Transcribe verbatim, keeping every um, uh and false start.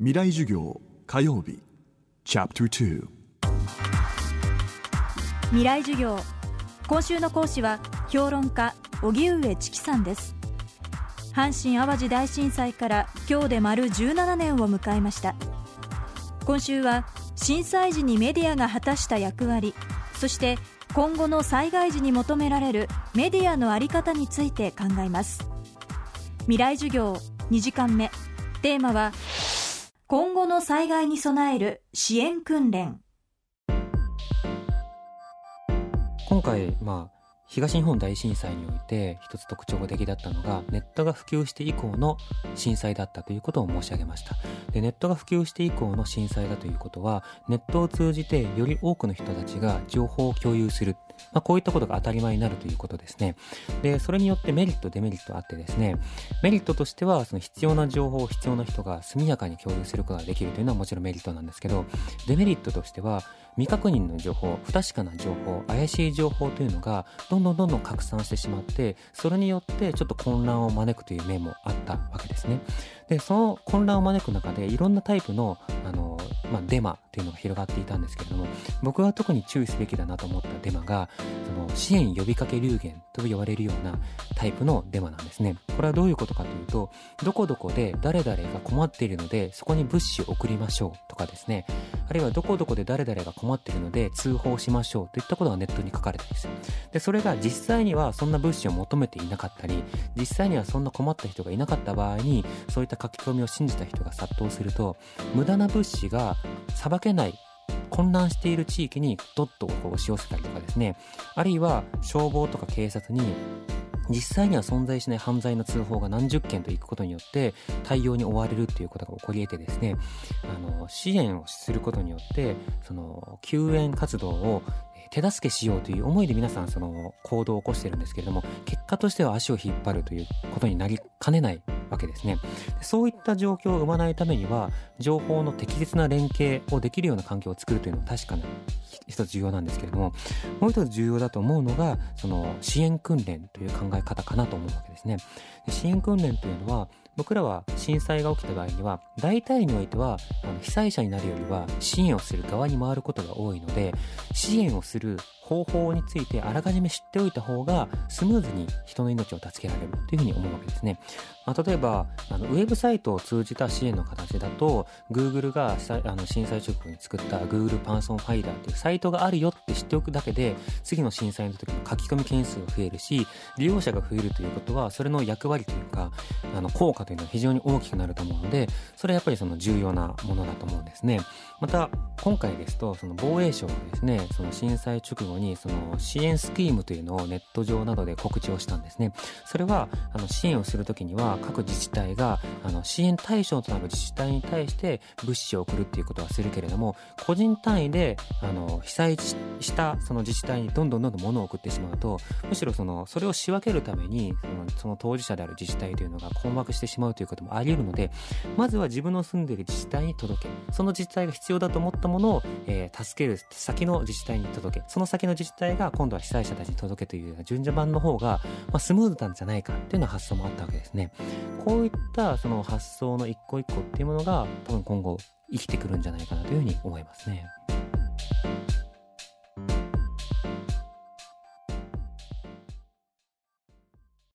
未来授業火曜日チャプターに未来授業、今週の講師は評論家荻上チキさんです。阪神淡路大震災から今日で丸じゅうななねんを迎えました。今週は震災時にメディアが果たした役割、そして今後の災害時に求められるメディアの在り方について考えます。未来授業にじかんめ、テーマは今後の災害に備える支援訓練。 今回、まあ、東日本大震災において一つ特徴的だったのがネットが普及して以降の震災だったということを申し上げました。で、ネットが普及して以降の震災だということは、ネットを通じてより多くの人たちが情報を共有する、まあ、こういったことが当たり前になるということですね。で、それによってメリットデメリットあってですね、メリットとしてはその必要な情報を必要な人が速やかに共有することができるというのはもちろんメリットなんですけど、デメリットとしては未確認の情報、不確かな情報、怪しい情報というのがどんどんどんどん拡散してしまって、それによってちょっと混乱を招くという面もあったわけですね。で、その混乱を招く中でいろんなタイプのあの、まあ、デマというのが広がっていたんですけれども、僕が特に注意すべきだなと思ったデマがその支援呼びかけ流言と言われるようなタイプのデマなんですね。これはどういうことかというと、どこどこで誰々が困っているのでそこに物資を送りましょうとかですね、あるいはどこどこで誰々が困っているので通報しましょうといったことがネットに書かれているんですよ。で、それが実際にはそんな物資を求めていなかったり、実際にはそんな困った人がいなかった場合にそういった書き込みを信じた人が殺到すると、無駄な物資がさばけない混乱している地域にどっとこう押し寄せたりとかですね、あるいは消防とか警察に実際には存在しない犯罪の通報が何十件といくことによって対応に追われるということが起こり得てですね、あの支援をすることによってその救援活動を手助けしようという思いで皆さんその行動を起こしているんですけれども、結果としては足を引っ張るということになりかねないわけですね。そういった状況を生まないためには情報の適切な連携をできるような環境を作るというのは確かに一つ重要なんですけれども、もう一つ重要だと思うのがその支援訓練という考え方かなと思うわけですね。で、支援訓練というのは僕らは震災が起きた場合には大体においてはあの被災者になるよりは支援をする側に回ることが多いので、支援をする方法についてあらかじめ知っておいた方がスムーズに人の命を助けられるというふうに思うわけですね。まあ、例えばあのウェブサイトを通じた支援の形だと Google があの震災直後に作った Google パンソンファイダーというサイトがあるよって知っておくだけで次の震災の時の書き込み件数が増えるし、利用者が増えるということはそれの役割というかあの効果というのは非常に大きくなると思うので、それはやっぱりその重要なものだと思うんですね。また今回ですとその防衛省がですね、その震災直後にその支援スキームというのをネット上などで告知をしたんですね。それはあの支援をするときには各自治体があの支援対象となる自治体に対して物資を送るっていうことはするけれども、個人単位であの被災したその自治体にどんどんどんどん物を送ってしまうと、むしろそのそれを仕分けるためにその、その当事者である自治体というのが困惑してしまうということもあり得るので、まずは自分の住んでいる自治体に届け、その自治体が必要だと思ったものを、えー、助ける先の自治体に届け、その先の自治体が今度は被災者たちに届けというような順序盤の方が、まあ、スムーズなんじゃないかっていうような発想もあったわけですね。こういったその発想の一個一個っていうものが多分今後生きてくるんじゃないかなというふうに思いますね。